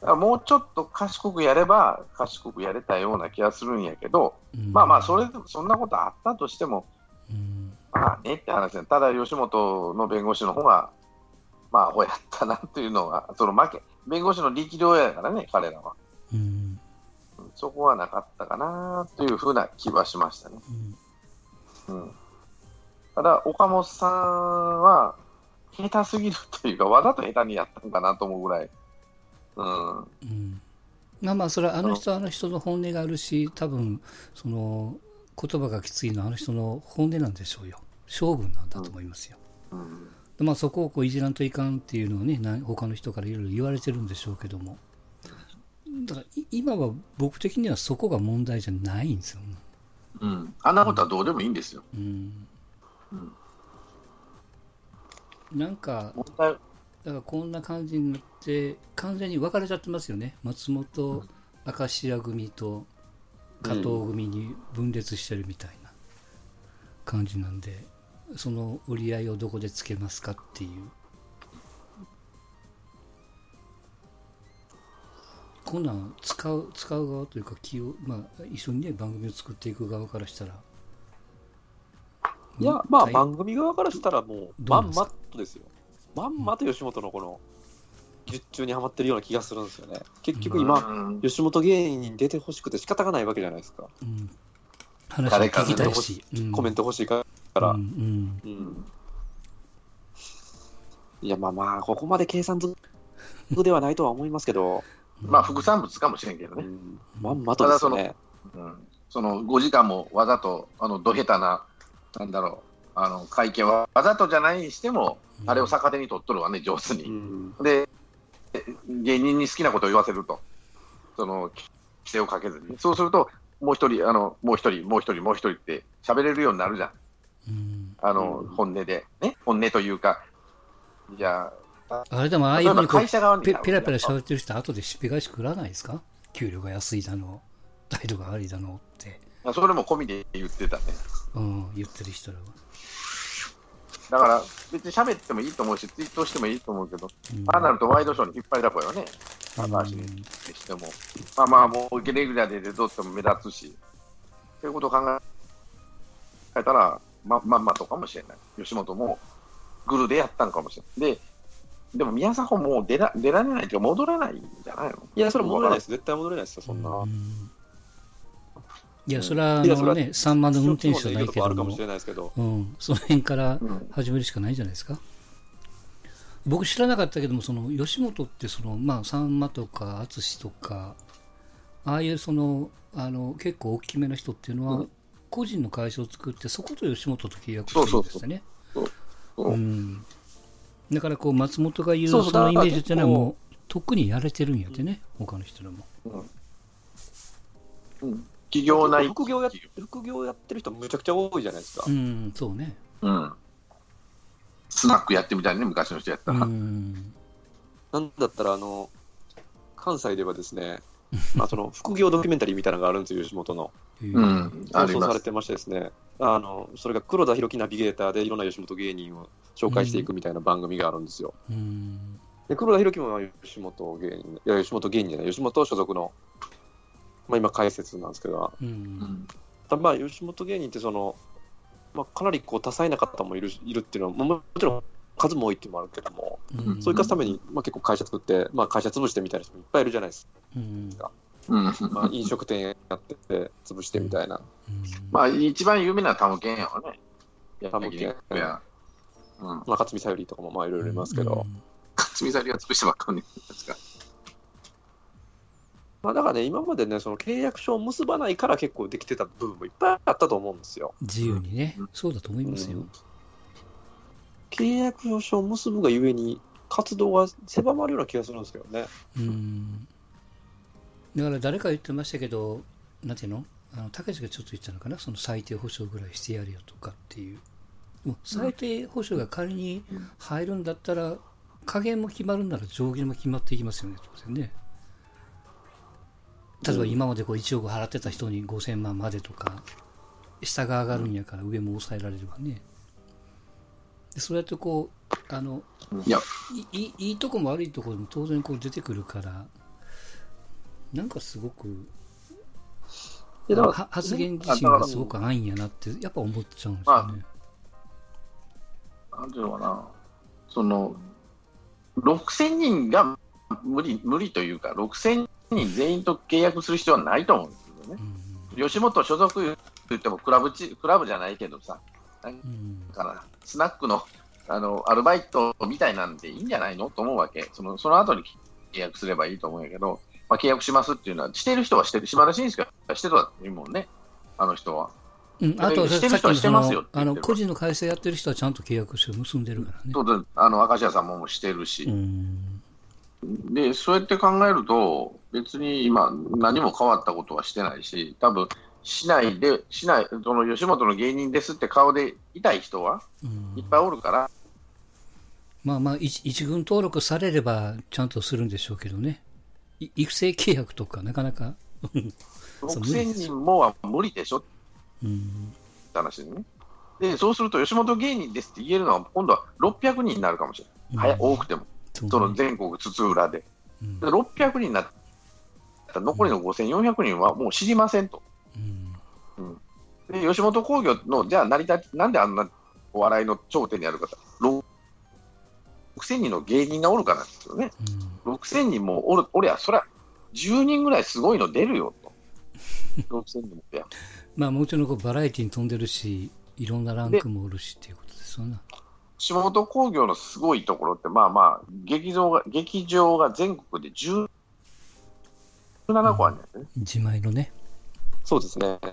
もうちょっと賢くやれば賢くやれたような気がするんやけど、そんなことあったとしても、まあねって話ね。ただ吉本の弁護士の方がアホやったなというのが、弁護士の力量やからね、彼らは。そこはなかったかなというふうな気はしましたね。ただ岡本さんは下手すぎるというか、わざと下手にやったのかなと思うぐらい。 それはあの人の本音があるし、多分その言葉がきついのはあの人の本音なんでしょうよ。性分なんだと思いますよ。そこをこういじらんといかんっていうのはね、他の人からいろいろ言われてるんでしょうけども、だから今は僕的にはそこが問題じゃないんですよ。 あんなことはどうでもいいんですよ。 なんかだからこんな感じになって完全に分かれちゃってますよね。松本明石家組と加藤組に分裂してるみたいな感じなんで、その折り合いをどこでつけますかっていう。こんなん使う側というか一緒にね番組を作っていく側からしたら、 いや番組側からしたらもうまんまとですよ。まんまと吉本のこの技術中にはまってるような気がするんですよね。結局今、吉本芸人に出てほしくて仕方がないわけじゃないですか。 話を聞きたいし、 コメント欲しいから。いやここまで計算ずくではないとは思いますけど、 副産物かもしれんけどね。 まんまとですよね。 その5時間もわざとど下手な会見はわざとじゃないにしても、あれを逆手に取っとるわね、上手に。で芸人に好きなことを言わせると、その規制をかけずに、そうするともう一人もう一人って喋れるようになるじゃん。本音でね、本音というか、じゃあれでもああいうふうにペラペラ喋ってる人は後でしっぺ返し食らないですか？給料が安いだの態度が悪いだのって。 それも込みで言ってたね。 言ってる人らは。 だから別に喋ってもいいと思うし、ツイートしてもいいと思うけど、ああなるとワイドショーに引っ張りだこよね。高橋にしても。もうレギュラーでどうしても目立つし。ということを考えたら、まんまとかもしれない。吉本もグルでやったのかもしれない。でも宮迫も出られないというか戻れないんじゃないの？ いや、それ戻れないです。絶対戻れないですよ、そんな。 いや、それは3万の運転手じゃないけども、その辺から始めるしかないんじゃないですか。僕知らなかったけども、その吉本ってさんまとか淳とかああいう結構大きめな人っていうのは、個人の会社を作ってそこと吉本と契約してるんですよね。だから松本が言うそのイメージっていうのはもうとっくにやれてるんやってね、他の人らも。 企業内副業やってる人むちゃくちゃ多いじゃないですか。 そうね。 スナックやってみたいね、昔の人やったら。 なんだったら関西ではですね、その副業ドキュメンタリーみたいなのがあるんですよ、吉本の。放送されてましてですね、それが黒田博樹ナビゲーターでいろんな吉本芸人を紹介していくみたいな番組があるんですよ。で黒田博樹も吉本芸人じゃない、吉本所属の、今解説なんですけど、吉本芸人ってかなり多彩な方もいるっていうのは、もちろん数も多いっていうのもあるけども、そう生かすために、結構会社作って、会社潰してみたいな人もいっぱいいるじゃないですか。飲食店やって潰してみたいな。 一番有名なタムケンやわね。 タムケンや。勝見さゆりとかもいろいろいますけど。 勝見さゆりは潰してばっかりですか。 だからね、今までね、その契約書を結ばないから結構できてた部分もいっぱいあったと思うんですよ。 自由にね、そうだと思いますよ。 契約書を結ぶがゆえに活動が狭まるような気がするんですけどね。 だから誰か言ってましたけど、なんていうの、たけしがちょっと言ったのかな、その最低保障ぐらいしてやるよとかっていう。もう最低保障が仮に入るんだったら、加減も決まるんなら上限も決まっていきますよね、当然ね。例えば今まで1億払ってた人に5000万までとか、下が上がるんやから上も抑えられるわね。でそうやっていいとこも悪いところも当然出てくるから、 なんかすごく発言自身がすごく安易やなってやっぱ思っちゃうんですよね。 なんていうのかな、その6000人が無理というか、6000人全員と契約する必要はないと思うんですよね。吉本所属と言ってもクラブじゃないけどさ、だからスナックのアルバイトみたいなんでいいんじゃないのと思うわけ。その後に契約すればいいと思うんやけど、まあ、契約しますっていうのは、してる人はしてる、島田紳介がしてるわけもんね、あの人は。 あと、 してる人はしてますよって個人の会社やってる人はちゃんと契約して結んでるからね。 そうで、明石家さんもしてるし。で、そうやって考えると、別に今、何も変わったことはしてないし、多分市内、その吉本の芸人ですって顔でいたい人はいっぱいおるから。 まあ、一軍登録されればちゃんとするんでしょうけどね。育成契約とかなかなか 6000人もは無理でしょって話でね。で、そうすると吉本芸人ですって言えるのは今度は600人になるかもしれない。多くても。その全国津々浦で。で、600人になったら残りの5400人はもう知りませんと。で、吉本興業の、じゃあなんであんなお笑いの頂点にあるかと。6000人の芸人がおるからなんですよね。6000人もおりゃ、そりゃ10人ぐらいすごいの出るよと。6000人もってや。 まあもちろんバラエティに飛んでるし、いろんなランクもおるしっていうことですよね。 吉本興業のすごいところって、まあ劇場が全国で17個あるんですね。 自前のね。 そうですね。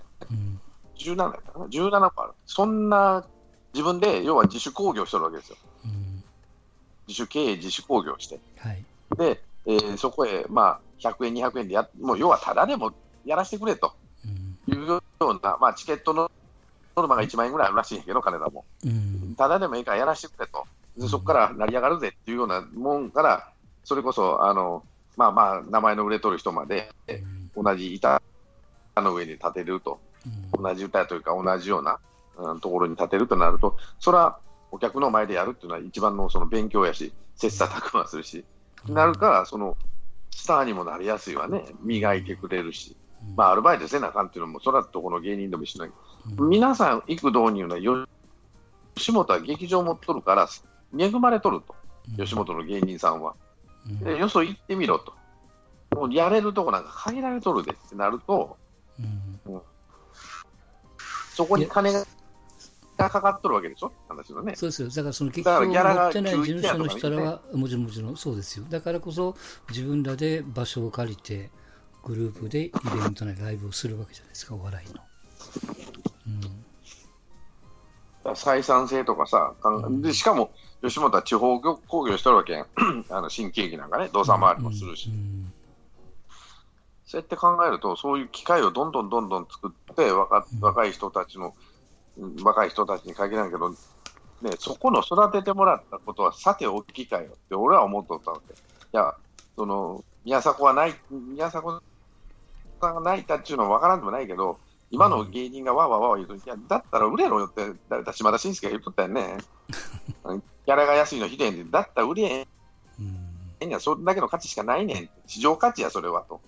17かな、17個ある。そんな自分で要は自主興行してるわけですよ。自主経営、自主興行して。で、そこへ、まあ、100円、200円でもう要はただでもやらせてくれというような、まあ、チケットのノルマが1万円ぐらいあるらしいんやけど、金田も。ただでもいいからやらせてくれと。で、そこから成り上がるぜっていうようなもんから、それこそ、名前の売れとる人まで、同じ板の上に立てると。同じ歌というか、同じような、ところに立てるとなると、それは、お客の前でやるっていうのは一番のその勉強やし、切磋琢磨するし、なるから、そのスターにもなりやすいわね、磨いてくれるし、まあ、アルバイトせなあかんっていうのも、それはどこの芸人でも一緒だけど、皆さん、幾度に言うのは、吉本は劇場持っとるから、恵まれとると、吉本の芸人さんは。でよそ行ってみろと、もうやれるとこなんか限られとるでってなると、そこに金がかかっとるわけでしょ、話のね。 そうですよ。だからその劇場を持ってない事務所の人らはもちろんそうですよ。だからこそ自分らで場所を借りてグループでイベントなりライブをするわけじゃないですか、お笑いの。採算性とかさ、でしかも吉本は地方興行してるわけやん。新喜劇なんかね、動産回りもするし。そうやって考えると、そういう機会をどんどん作って、若い人たちに限らんけど、ね、そこの育ててもらったことはさておきかよって俺は思っとったわけ。いや、その宮迫さんが泣いたっていうのは分からんでもないけど、今の芸人がわわ言うと、いやだったら売れろよって、島田紳介が言っとったよね。ギャラが安いのひでえんで、だったら売れへんや、それだけの価値しかないねん、市場価値や、それはと。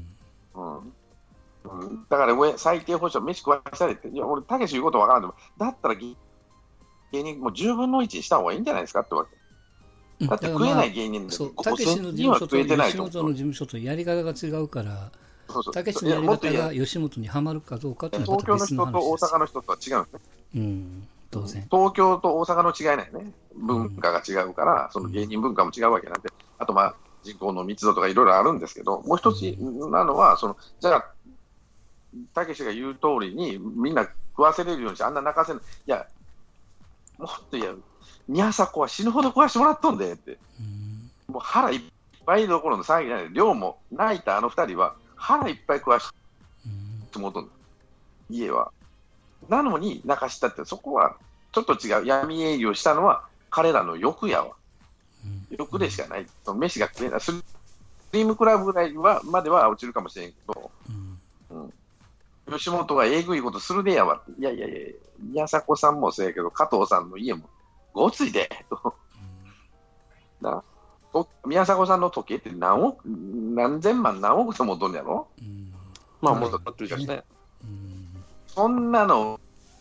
だから最低保障、飯食わされて、いや俺、たけし言うことわからんでも、だったら芸人も10分の1にした方がいいんじゃないですかってわけ。だって食えない芸人で、 たけしの事務所と吉本の事務所とやり方が違うから、たけしのやり方が吉本にはまるかどうかっていうのはまた別の話です。東京の人と大阪の人とは違うんですね。当然。東京と大阪の違いないね。文化が違うから、その芸人文化も違うわけなんで、あと人口の密度とかいろいろあるんですけど、もう一つなのは、じゃあ、たけしが言う通りにみんな食わせれるようにして、あんな泣かせる、いや、もっと宮迫は死ぬほど食わしてもらっとんでって、もう腹いっぱいどころの騒ぎじゃない、量も泣いたあの2人は腹いっぱい食わしてもらっとんだ、家は。なのに泣かしたって、そこはちょっと違う、闇営業したのは彼らの欲やわ。欲でしかない、飯が食えない、スリムクラブぐらいまでは落ちるかもしれんけど、吉本がえぐいことするでやわって、いや、宮迫さんもそうやけど、加藤さんの家もごついでと、 宮迫さんの時計って何千万、何億ともとんやろ、 まあ、もっとってるじゃんね。 そんなの、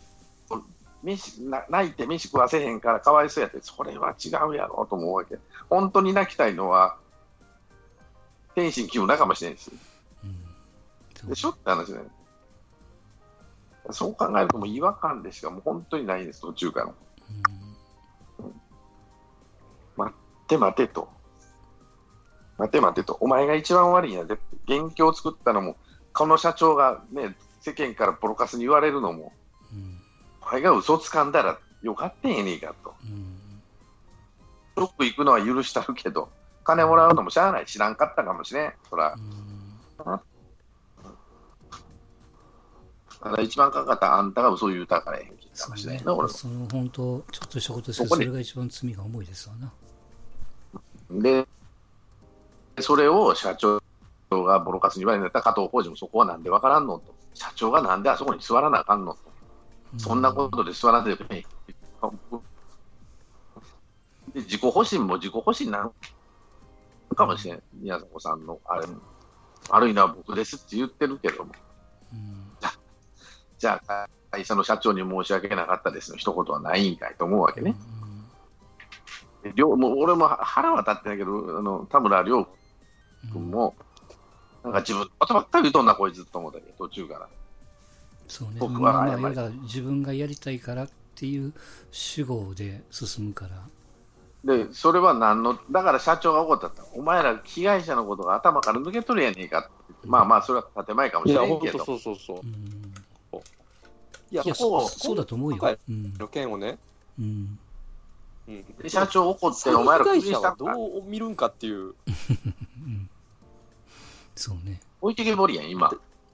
泣いて飯食わせへんからかわいそうやって、それは違うやろと思うわけ。本当に泣きたいのは、天心木村かもしれんし。でしょって話ね。そう考えるともう違和感でしかもう本当にないんです、途中から。待って待てと。待て待てと。お前が一番悪いんやで。元凶を作ったのも、この社長がね、世間からボロカスに言われるのも、お前が嘘つかんだらよかったんやねえかと。よく行くのは許したるけど、金もらうのもしゃあない。知らんかったかもしれん。そら。ただ一番かかったあんたが嘘言うたからへんきかもしれないな、俺。 その本当、ちょっとしたことですけど、それが一番罪が重いですわな。 で、それを社長がボロカスに言われた加藤浩次もそこはなんでわからんのと。社長がなんであそこに座らなあかんのと。そんなことで座らせてね。で自己保身も自己保身なのかもしれん。宮迫さんのあれも。悪いのは僕ですって言ってるけども。じゃあ会社の社長に申し訳なかったですの一言はないんかいと思うわけね。もう俺も腹は立ってないけど、田村亮君も、なんか自分のことばっかり言うとんなこいつと思ったけど、途中から。 そうね、僕は自分がやりたいからっていう主語で進むから。 で、それはだから社長が怒ったって、お前ら被害者のことが頭から抜け取るやねえかって、まあまあ、それは建前かもしれないけど。 そうそうそう。 いや、そうだと思うよ。 の件をね。 で社長怒って、お前ら被害者はどう見るんかっていう。 そうね。 置いてけぼりやん、今。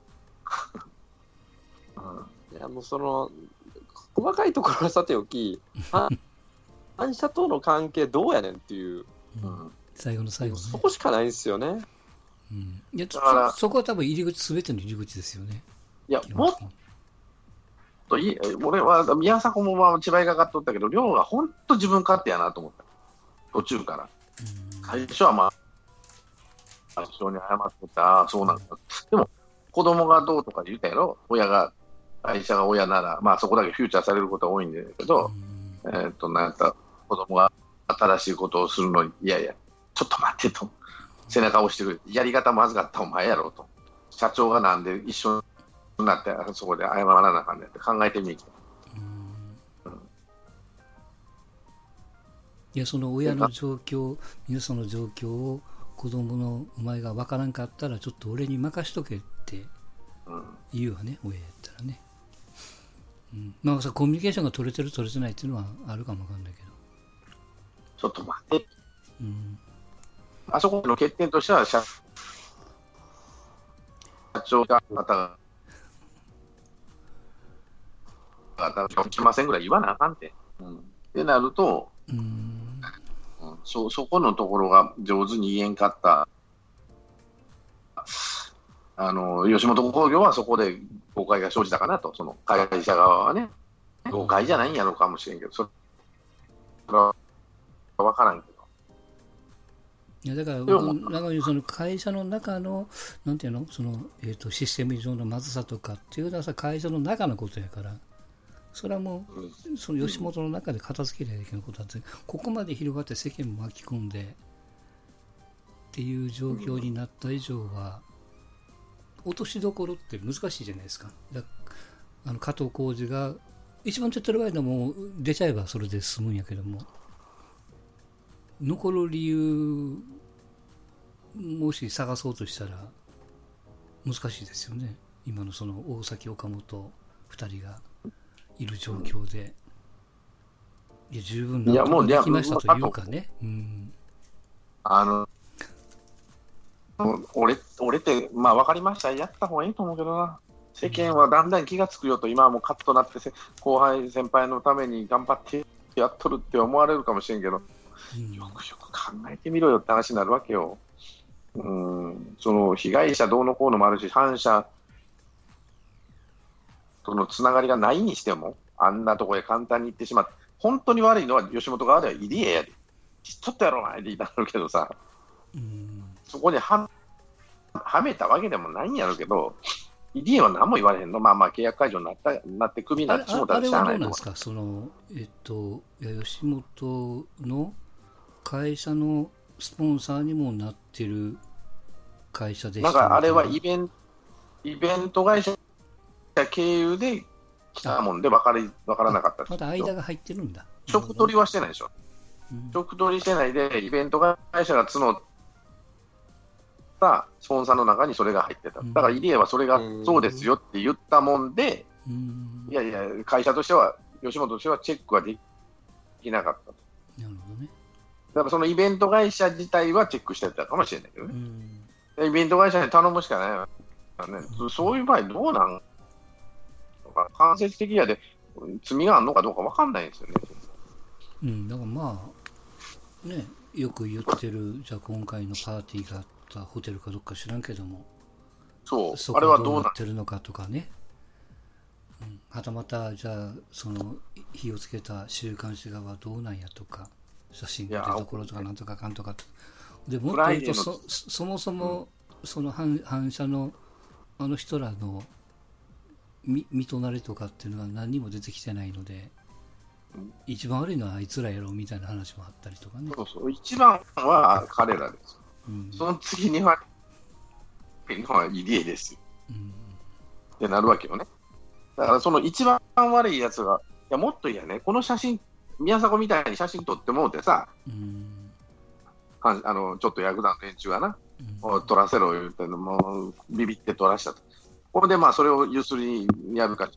いや、もうその、細かいところはさておき、反社との関係どうやねんっていう。 最後の最後ね。 そこしかないんですよね。 いや、そこは多分すべての入り口ですよね。 いや、もっと俺は宮迫もまあ芝居がかっとったけど、亮が本当自分勝手やなと思った。途中から。最初はまあ、非常に謝ってた、ああ、そうなんだ。でも、子供がどうとか言うたやろ、会社が親なら、まあそこだけフューチャーされることは多いんだけど、なんか子供が新しいことをするのに、いやいや、ちょっと待ってと、背中を押してくれ、やり方まずかったお前やろと、社長がなんで一緒になって、そこで謝らなあかんねんって考えてみる。 いや、その親の状況、皆さんの状況を子供のお前が分からんかったら、ちょっと俺に任しとけって言うわね、親やったらね。まあさ、コミュニケーションが取れてる取れてないっていうのはあるかもわかんないけど。 ちょっと待って。あそこの欠点としては、社長が来ませんぐらい言わなあかんて。ってなると、そこのところが上手に言えんかった。吉本興業はそこで誤解が生じたかなと、その会社側はね、誤解じゃないんやろうかもしれんけど、それは分からんけど。 いやだから、その会社の中の、なんていうの、そのシステム上のまずさとかっていうのはさ、会社の中のことやから、それはもう、その吉本の中で片付けなきゃいけないことだって、ここまで広がって世間も巻き込んでっていう状況になった以上は、落としどころって難しいじゃないですか。加藤浩次が一番手っ取り早いのも出ちゃえばそれで済むんやけども、残る理由もし探そうとしたら難しいですよね。今のその大崎岡本2人がいる状況で、いや十分納得できましたというかね。 俺って、まあ分かりました、やった方がいいと思うけどな。世間はだんだん気がつくよと、今はもうカッとなって後輩、先輩のために頑張ってやっとるって思われるかもしれんけど、よくよく考えてみろよって話になるわけよ。その被害者どうのこうのもあるし、反社とのつながりがないにしても、あんなところへ簡単に行ってしまって、本当に悪いのは吉本側では入江やで。 ちょっとやろうなって言いたるけどさ、そこにはめたわけでもないんやろうけど、入江は何も言われへんの、まあまあ契約解除になってクビになってしもたらしゃあないの。 あれはどうなんですか、吉本の会社のスポンサーにもなってる会社でした。 なんかあれはイベント会社経由で来たもんで分からなかったです。 まだ間が入ってるんだ。 直取りはしてないでしょ。直取りしてないで、イベント会社が募ったスポンサーの中にそれが入ってた。だから入江はそれがそうですよって言ったもんで、いやいや、会社としては、吉本としてはチェックはできなかったと。 なるほどね。 だからそのイベント会社自体はチェックしてたかもしれないけどね。イベント会社に頼むしかないからね。そういう場合どうなんのか、間接的やで罪があるのかどうか分かんないんですよね。 だからまあ、ね、よく言ってる、じゃあ今回のパーティーがあったホテルかどっか知らんけども、そこはどうなってるのかとかね。はたまた、じゃあ、その火をつけた週刊誌側はどうなんやとか、写真が出どころとかなんとかかんとか。でもっと言うとそもそも、その反社のあの人らの身となりとかっていうのが何にも出てきてないので、一番悪いのはあいつらやろみたいな話もあったりとかね。 そうそう、一番は彼らです。その次には入江ですよ、ってなるわけよね。だからその一番悪いやつが、いやもっといいやね、この写真、宮迫みたいに写真撮ってもうてさ、ちょっとヤクザの連中はな、撮らせろ言うてもうビビって撮らしたと。これでまあそれをゆすりにやるから、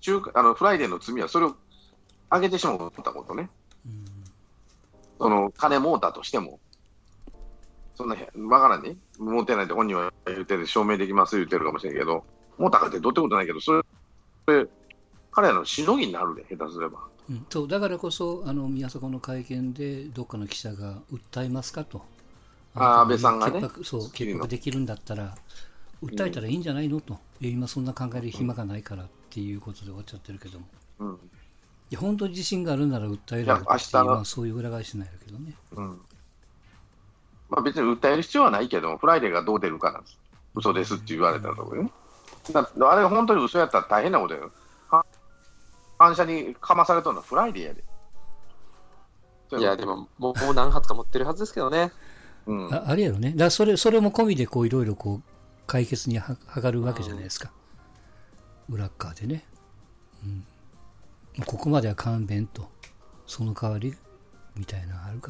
フライデーの罪はそれを上げてしまうったことね。その金もうたとしても、そんなわからんね、持ってないって本人は言ってる、証明できます言ってるかもしれんけど、もうたかってどうってことないけど、それ彼らのしのぎになるで、下手すれば。 そうだからこそ宮迫の会見でどっかの記者が訴えますかと、 安倍さんがね、 潔白できるんだったら訴えたらいいんじゃないのと、今そんな考えで暇がないからっていうことで終わっちゃってるけども、いや本当に自信があるなら訴えられるっていうのはそういう裏返しないけどね。 まあ、別に訴える必要はないけど、フライデーがどう出るかなんです、嘘ですって言われたところね。あれが本当に嘘やったら大変なことやよ。反射にかまされたのはフライデーやで。 いや、でも、もう何発か持ってるはずですけどね。 あれやろね。だからそれも込みでいろいろ解決に図るわけじゃないですか。裏側でね。ここまでは勘弁と、その代わりみたいなのがあるから。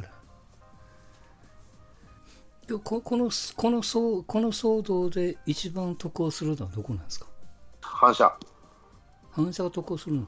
でこの騒動で一番得をするのはどこなんですか？ 反射が得をするのか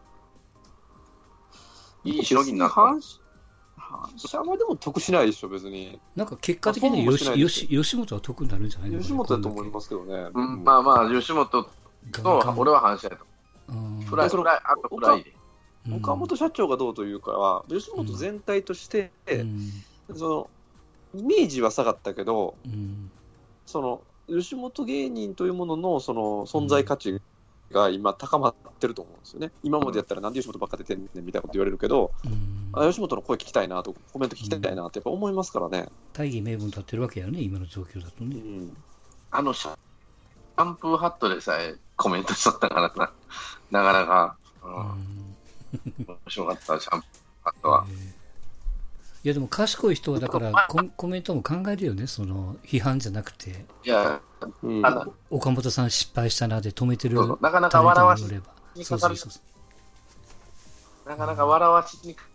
な。 いいしのぎになった。 反射はでも得しないでしょ、別に。 なんか結果的に吉本は得になるんじゃないですか。 吉本だと思いますけどね。 まあまあ、吉本と俺は反射やと。あとフライで。 岡本社長がどうというかは、吉本全体として、そのイメージは下がったけど、その吉本芸人というもののその存在価値が今高まってると思うんですよね。今までやったらなんで吉本ばっか出てんねんみたいなこと言われるけど、吉本の声聞きたいなと、コメント聞きたいなってやっぱ思いますからね。 大義名分立ってるわけやね、今の状況だとね。 シャンプーハットでさえコメントしとったからなかなか、面白かった、シャンプーハットは。 いやでも賢い人はだからコメントも考えるよね、その批判じゃなくて。 いや、 岡本さん失敗したなで止めてる。 なかなか笑わしにかかる。なかなか笑わしにか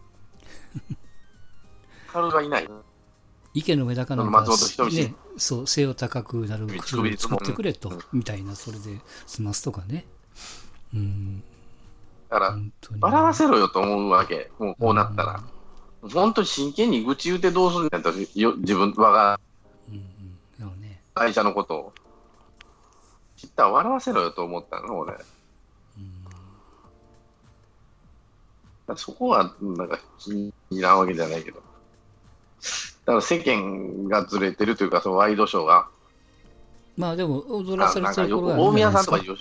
かるはいない。 池のメダカなんか、ね、そう背を高くなる薬を作ってくれと、みたいな、それで済ますとかね。 だから笑わせろよと思うわけ、もうこうなったら。本当に真剣に愚痴言うてどうするんやったら、自分が会社のことを知ったら笑わせろよと思ったの、俺。そこはなんか気に入らんわけじゃないけど、だから世間がずれてるというか、そのワイドショーが。 まあでも、踊らされてるところは大宮さんとかに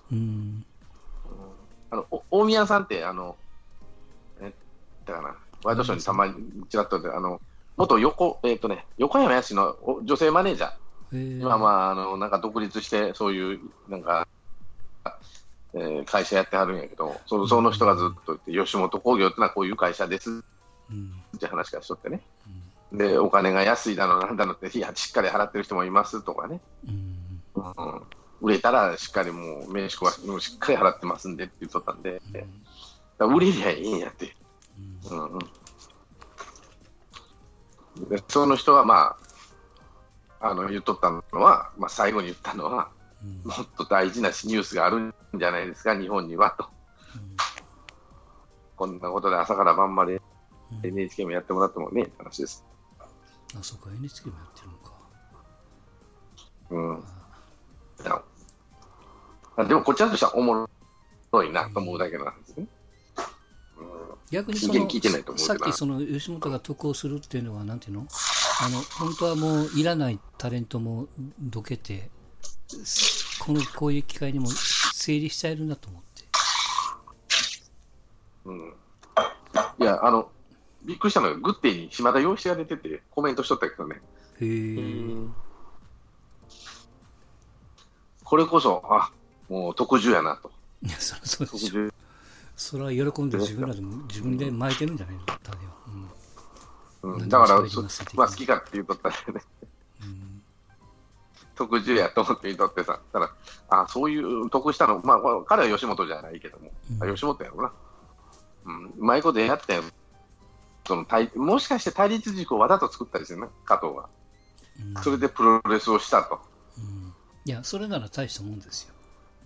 大宮さんって、だからワイドショーにたまにちらっとで元横山やしの女性マネージャー、今なんか独立して、そういうなんか、会社やってはるんやけど、その人がずっと言って、吉本興業ってのはこういう会社ですって話がしとってね、でお金が安いだのなんだのって、いや、しっかり払ってる人もいますとかね、売れたらしっかりもう名刺はしっかり払ってますんでって言っとったんで、売れりゃいいんやって。でその人は、言っとったのは、最後に言ったのは、もっと大事なニュースがあるんじゃないですか、日本にはと。こんなことで朝から晩まで NHK もやってもらってもねって話です。 そうか、NHK もやってるのか。 でもこっちらとしてはおもろいなと思うだけなんですね。 逆にさっきその吉本が得をするっていうのは、なんていうの、本当はもういらないタレントもどけて、こういう機会にも整理しちゃえるんだと思って。 いや、びっくりしたのが、グッデイに島田洋七が出てて、コメントしとったけどね。これこそ、もう特需やなと。 いや、そうでしょ。それは喜んで自分で巻いてるんじゃないの、 だから、好きかって言うとったらね、特需やと思って言いとってさ、ただそういう得したの、彼は吉本じゃないけども、吉本やろうな。うまいことやったよ。もしかして対立軸をわざと作ったりしてるな、加藤が。それでプロレスをしたと。 いや、それなら大したもんですよ。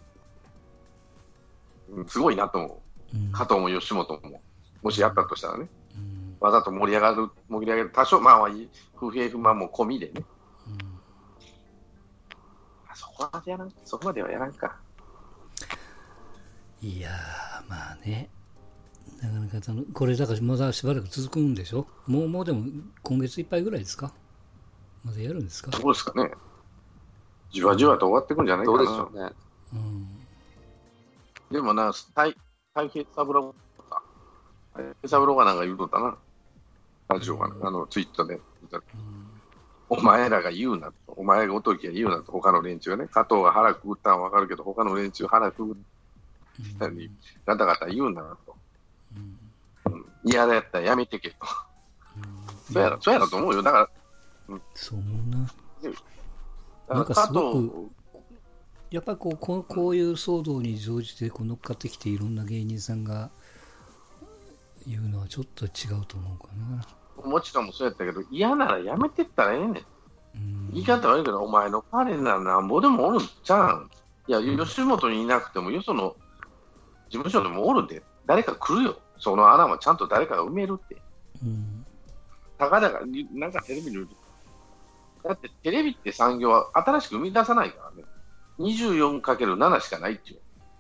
すごいなと思う。加藤も吉本も、もしやったとしたらね、わざと盛り上げる、多少、不平不満も込みでね、そこまではやらんか。 いやー、ね、なかなかこれ、だからまだしばらく続くんでしょ、もうでも、今月いっぱいぐらいですか、まだやるんですか。 そうですかね、じわじわと終わっていくんじゃないかな。 どうでしょうね。 でもな、太平三郎がなんか言うとったな、ラジオが、ツイッターで、お前らが言うなと、お前がおときが言うなと、他の連中がね、加藤が腹くぐったのは分かるけど、他の連中腹くぐったり、ガタガタ言うなと、嫌だったらやめてけと、そうやろと思うよ、だから、 そう思うな。なんかすごくやっぱりこういう騒動に乗じて乗っかってきていろんな芸人さんが言うのはちょっと違うと思うかな。 もちろんそうやったけど、嫌ならやめてったらええねん。言い方悪いけど、お前の彼ならなんぼでもおるんちゃうん。いや、吉本にいなくてもよその事務所でもおるで、誰か来るよ。その穴はちゃんと誰かが埋めるって。たかだかなんかテレビにだってテレビって産業は新しく生み出さないからね。24×7 しかないっていう。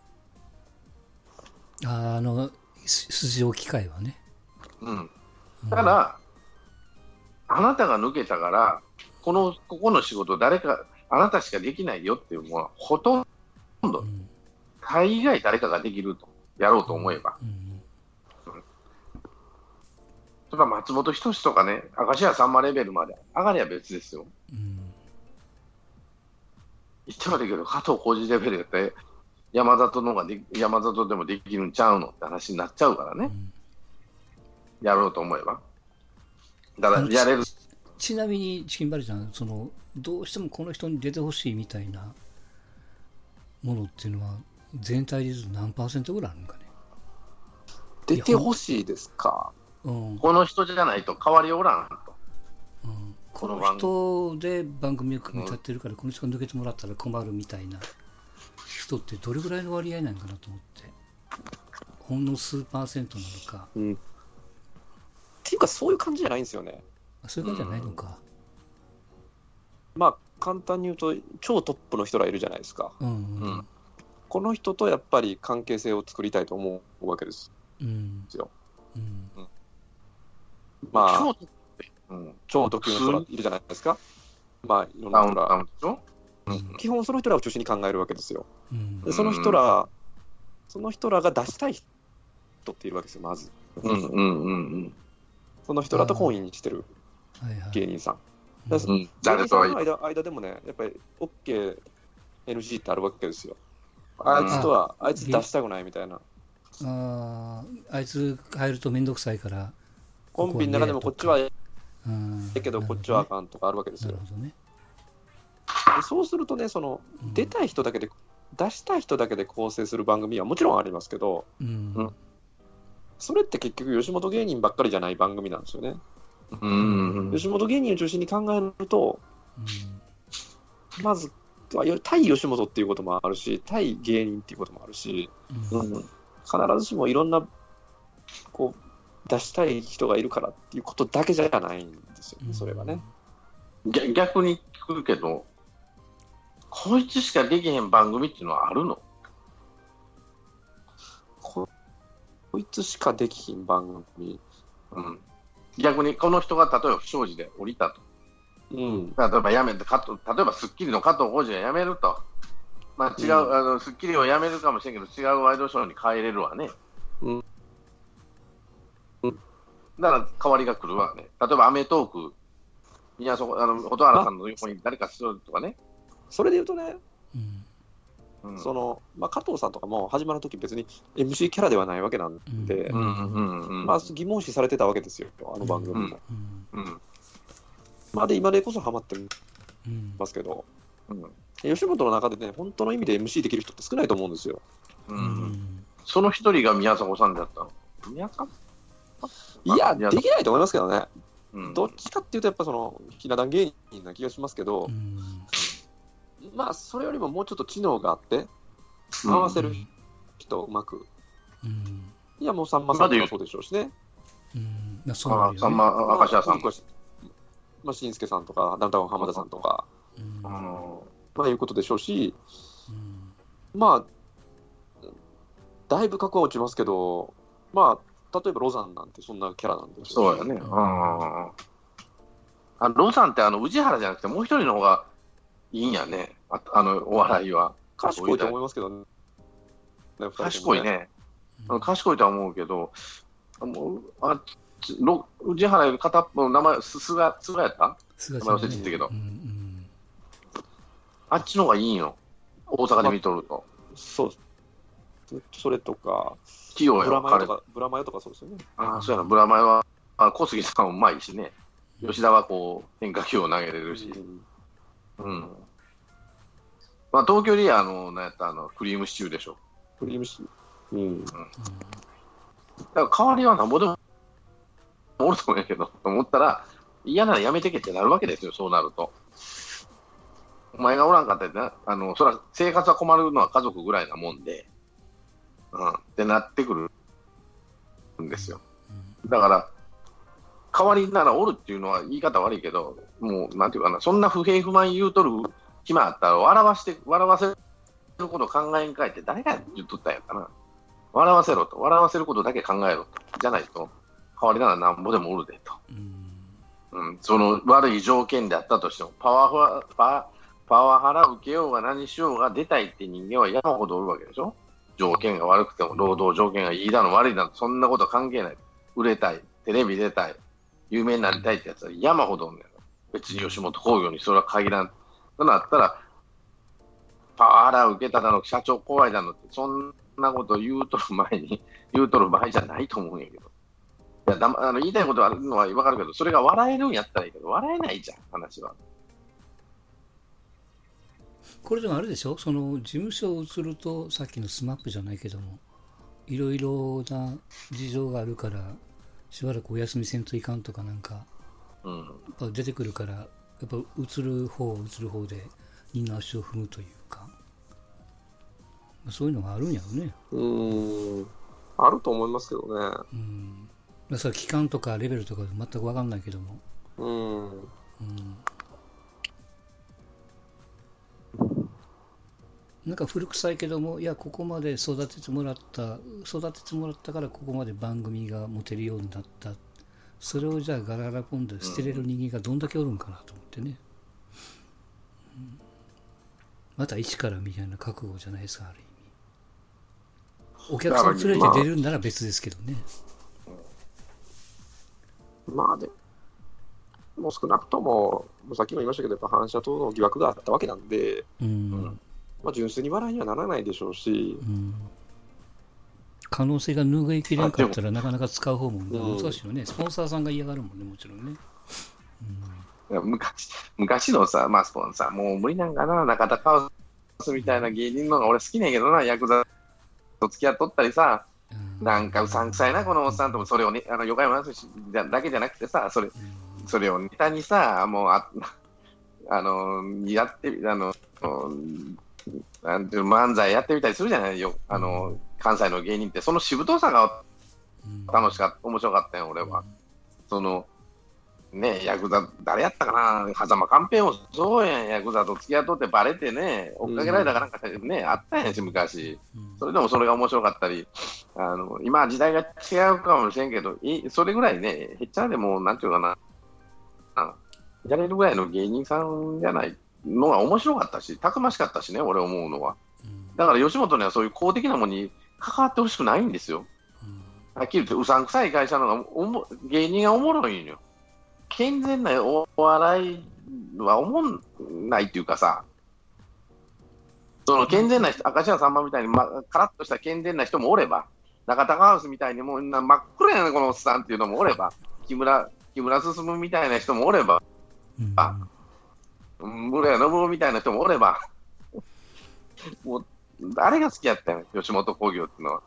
出場機会はね。 だから、あなたが抜けたから、ここの仕事あなたしかできないよっていうのはほとんど、大概誰かができると、やろうと思えば。それは松本人志とかね、明石家さんまレベルまで上がりゃ別ですよ。言って悪いけど、加藤浩次レベルやって山里でもできるんちゃうのって話になっちゃうからね、やろうと思えば。だからやれる。 ちなみにチキンバレちゃん、どうしてもこの人に出てほしいみたいなものっていうのは全体で言うと何%ぐらいあるのかね。 出てほしいですか。 この人じゃないと変わりおらんと。 この人で番組を組み立てるから、この人が抜けてもらったら困るみたいな人ってどれぐらいの割合なのかなと思って、ほんの数%なのか、 っていうかそういう感じじゃないんですよね。 そういう感じじゃないのか。 簡単に言うと超トップの人らいるじゃないですか。この人とやっぱり関係性を作りたいと思うわけですよ。超特急の人らいるじゃないですか。いろんな人ら、基本その人らを中心に考えるわけですよ。でその人らが出したい人っているわけですよ、まず。その人らと懇意にしてる。 芸人さん。 芸人さんの間でもね、やっぱり OK、NG ってあるわけですよ。あいつ出したくないみたいな。 あいつ入るとめんどくさいから。 コンビの中でもこっちはけど、こっちはあかんとかあるわけですよ。なるほどね。そうするとね、出たい人だけで、出したい人だけで構成する番組はもちろんありますけど、それって結局吉本芸人ばっかりじゃない番組なんですよね。吉本芸人を中心に考えると、まず対吉本っていうこともあるし、対芸人っていうこともあるし、必ずしもいろんなこう出したい人がいるからっていうことだけじゃないんですよね、それはね。 逆に聞くけど、こいつしかできへん番組っていうのはあるの？ こいつしかできひん番組、 逆にこの人が例えば不祥事で降りたと、例えば辞めて、例えばスッキリの加藤浩次が辞めると、違う、スッキリを辞めるかもしれんけど、違うワイドショーに変えれるわね。だから代わりが来るわね。例えばアメトーク、蛍原さんの横に誰かするとかね。 それで言うとね、加藤さんとかも始まるとき別に MC キャラではないわけなんで、疑問視されてたわけですよ、あの番組も。今でこそハマってますけど、吉本の中でね、本当の意味で MC できる人って少ないと思うんですよ。 その一人が宮迫さんだったの？宮迫？ いや、できないと思いますけどね。どっちかっていうと、やっぱひな壇芸人な気がしますけど、それよりももうちょっと知能があって、回せる人うまく。いや、もうさんまさんとかそうでしょうしね。 さんま、明石家さん。 しんすけさんとか、ダウンタウン浜田さんとか、いうことでしょうし、だいぶ格は落ちますけど、例えばロザンなんてそんなキャラなんですよ。 そうやね。ロザンって宇治原じゃなくてもう一人の方がいいんやね。お笑いは。 賢いと思いますけどね。 賢いね。賢いとは思うけど、宇治原より片っぽの名前、菅やった名前忘れてたけど、あっちの方がいいよ。大阪で見とると。 そう。それとか、 ブラマヨとかそうですよね。 そうやな、ブラマヨは、小杉さんうまいしね。吉田はこう、変化球を投げれるし。東京でなんやったクリームシチューでしょ。 クリームシチュー。 だから代わりはなんぼでもおると思うんやけど、と思ったら、嫌ならやめてけってなるわけですよ、そうなると。お前がおらんかったらそら生活は困るのは家族ぐらいなもんで、ってなってくるんですよ。だから、代わりならおるっていうのは言い方悪いけど、もう、なんていうかな、そんな不平不満言うとる暇あったら笑わせることを考えんかいって誰が言っとったんやかな。笑わせろと。笑わせることだけ考えろと。じゃないと、代わりならなんぼでもおるでと。その悪い条件であったとしても、パワハラ受けようが何しようが出たいって人間は山ほどおるわけでしょ。条件が悪くても、労働条件がいいだの悪いだの、そんなこと関係ない。売れたい、テレビ出たい、有名になりたいってやつは山ほどおるんだよ。別に吉本興業にそれは限らん。となったら、パワハラ受けただの、社長怖いだのって、そんなこと言うとる場合じゃないと思うんやけど。言いたいことあるのは分かるけど、それが笑えるんやったらいいけど、笑えないじゃん、話は。 これでもあるでしょ、その事務所を移ると、さっきのスマップじゃないけども、いろいろな事情があるから、しばらくお休みせんといかんとかなんか、やっぱ出てくるから、やっぱ移る方で、二の足を踏むというか、そういうのがあるんやろね。 あると思いますけどね。 それ期間とかレベルとか全く分かんないけども。なんか古臭いけども、いや、ここまで育ててもらったからここまで番組が持てるようになった。それをじゃあガラガラポンで捨てれる人間がどんだけおるんかなと思ってね。また一からみたいな覚悟じゃないですか、ある意味。お客さん連れて出るんなら別ですけどね。 もう少なくとも、さっきも言いましたけど、やっぱ反射等の疑惑があったわけなんで、まあ、純粋に笑いにはならないでしょうし、 可能性が拭いきれんかったらなかなか使う方も難しいよね。スポンサーさんが嫌がるもんね、もちろんね。 昔のさ、まあ、スポンサー、もう無理なんかな、中田カウスみたいな芸人のが俺好きねんけどな、ヤクザと付き合っとったりさ、なんかうさんくさいな、このおっさんとも、それをね、横山やすしだけじゃなくてさ、それをネタにさ、もうやって、なんていう漫才やってみたりするじゃないよ、関西の芸人って、そのしぶとさが面白かったよ、俺は。ヤクザ、誰やったかな、狭間寛平もそうやん、ヤクザと付き合っとってバレてね、追っかけられたかなんかね、あったやんし、昔。それでもそれが面白かったり、今は時代が違うかもしれんけど、それぐらいね、へっちゃらでも、なんていうかな、やれるぐらいの芸人さんじゃないのが面白かったし、たくましかったしね、俺思うのは。だから吉本にはそういう公的なものに関わってほしくないんですよ。はっきり言って、うさんくさい会社のが芸人がおもろいんよ。健全なお笑いは思んないっていうかさ、その健全な人、明石家さんまみたいに、カラッとした健全な人もおれば、中田ハウスみたいにもう真っ黒やな、このおっさんっていうのもおれば、木村進みたいな人もおれば、室谷信夫みたいな人もおれば、もう誰が好きやったんや、吉本興業っていうのは。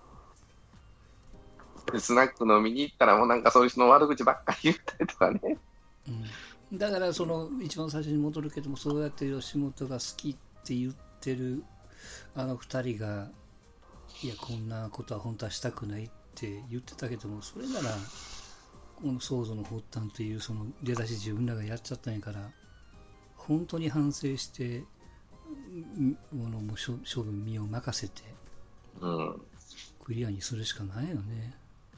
スナック飲みに行ったら、もうなんかそういう人の悪口ばっかり言ったりとかね。 だからその一番最初に戻るけども、そうやって吉本が好きって言ってるあの2人が、いやこんなことは本当はしたくないって言ってたけども、それならこの騒動の発端というその出だし自分らがやっちゃったんやから、本当に反省してもう処分身を任せて、クリアにするしかないよね。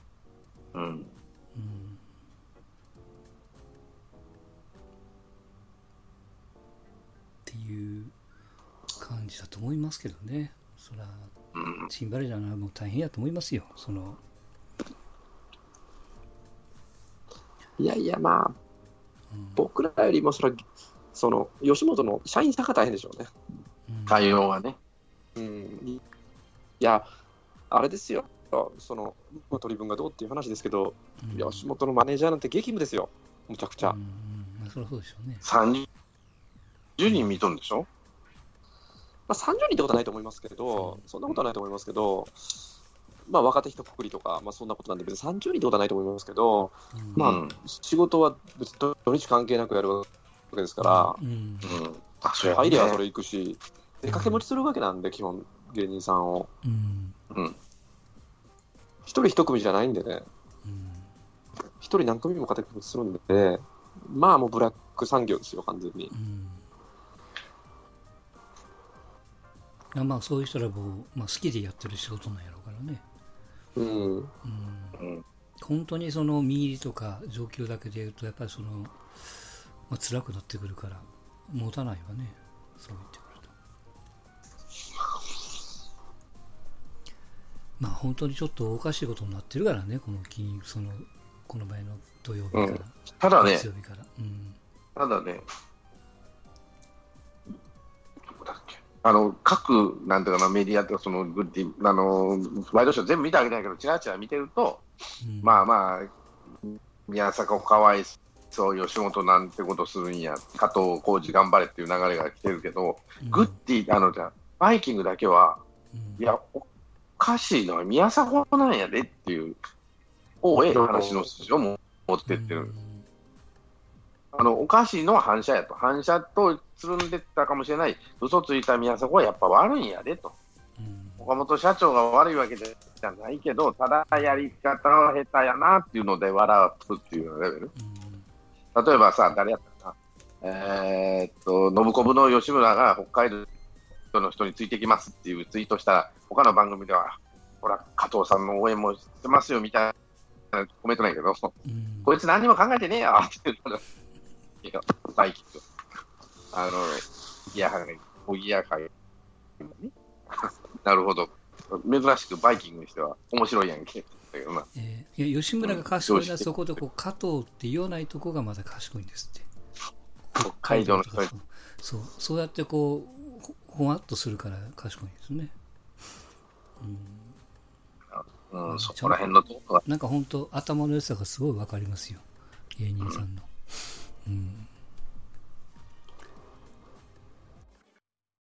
っていう感じだと思いますけどね。そらチンバレじゃないもう大変やと思いますよ。 いやいや、まあ、僕らよりも吉本の社員さんが大変でしょうね。 対応はね。 いや、あれですよ。取り分がどうっていう話ですけど、吉本のマネージャーなんて激務ですよ、むちゃくちゃ。 そりゃそうでしょうね。 30人見とるんでしょ。 30人ってことはないと思いますけど、そんなことはないと思いますけど、若手一括りとか、そんなことなんで、別に30人ってことはないと思いますけど、仕事は別に土日関係なくやるわけですから、入ればそれ行くし、掛け持ちするわけなんで、基本、芸人さんを。一人一組じゃないんでね、一人何組も掛け持ちするんで、もうブラック産業ですよ、完全に。 そういう人らも、好きでやってる仕事なんやろうからね。本当にその見入りとか状況だけで言うと、やっぱり辛くなってくるから持たないわね、そう言ってくると。本当にちょっとおかしいことになってるからね、この前の土曜日から月曜日から。 ただね、どこだっけ、各なんていうかな、メディアとかグッディワイドショー全部見てあげないけど、ちらちら見てると、宮迫かわいそう、吉本なんてことするんや、加藤浩次頑張れっていう流れが来てるけど、グッディバイキングだけは、いやおかしいのは宮迫なんやでっていう話の筋を持ってってる。おかしいのは反社やと、反社とつるんでたかもしれない、嘘ついた宮迫はやっぱ悪いんやでと、岡本社長が悪いわけじゃないけど、ただやり方は下手やなっていうので笑うっていうレベル。例えばさ、誰やったかな、ノブコブの吉村が北海道の人についてきますっていうツイートしたら、他の番組では、ほら、加藤さんの応援もしてますよみたいなコメントないけど、こいつ何も考えてねえよって言ったら、バイキング。おぎやはぎ、なるほど。珍しくバイキングにしては面白いやんけ。 けどな。 いや吉村が賢いのはそこでこう加藤って言わないとこがまだ賢いんですって。 北海道の人そうやってこうほわっとするから賢いんですね。 そこら辺のとこはなんか本当頭の良さがすごいわかりますよ、芸人さんの。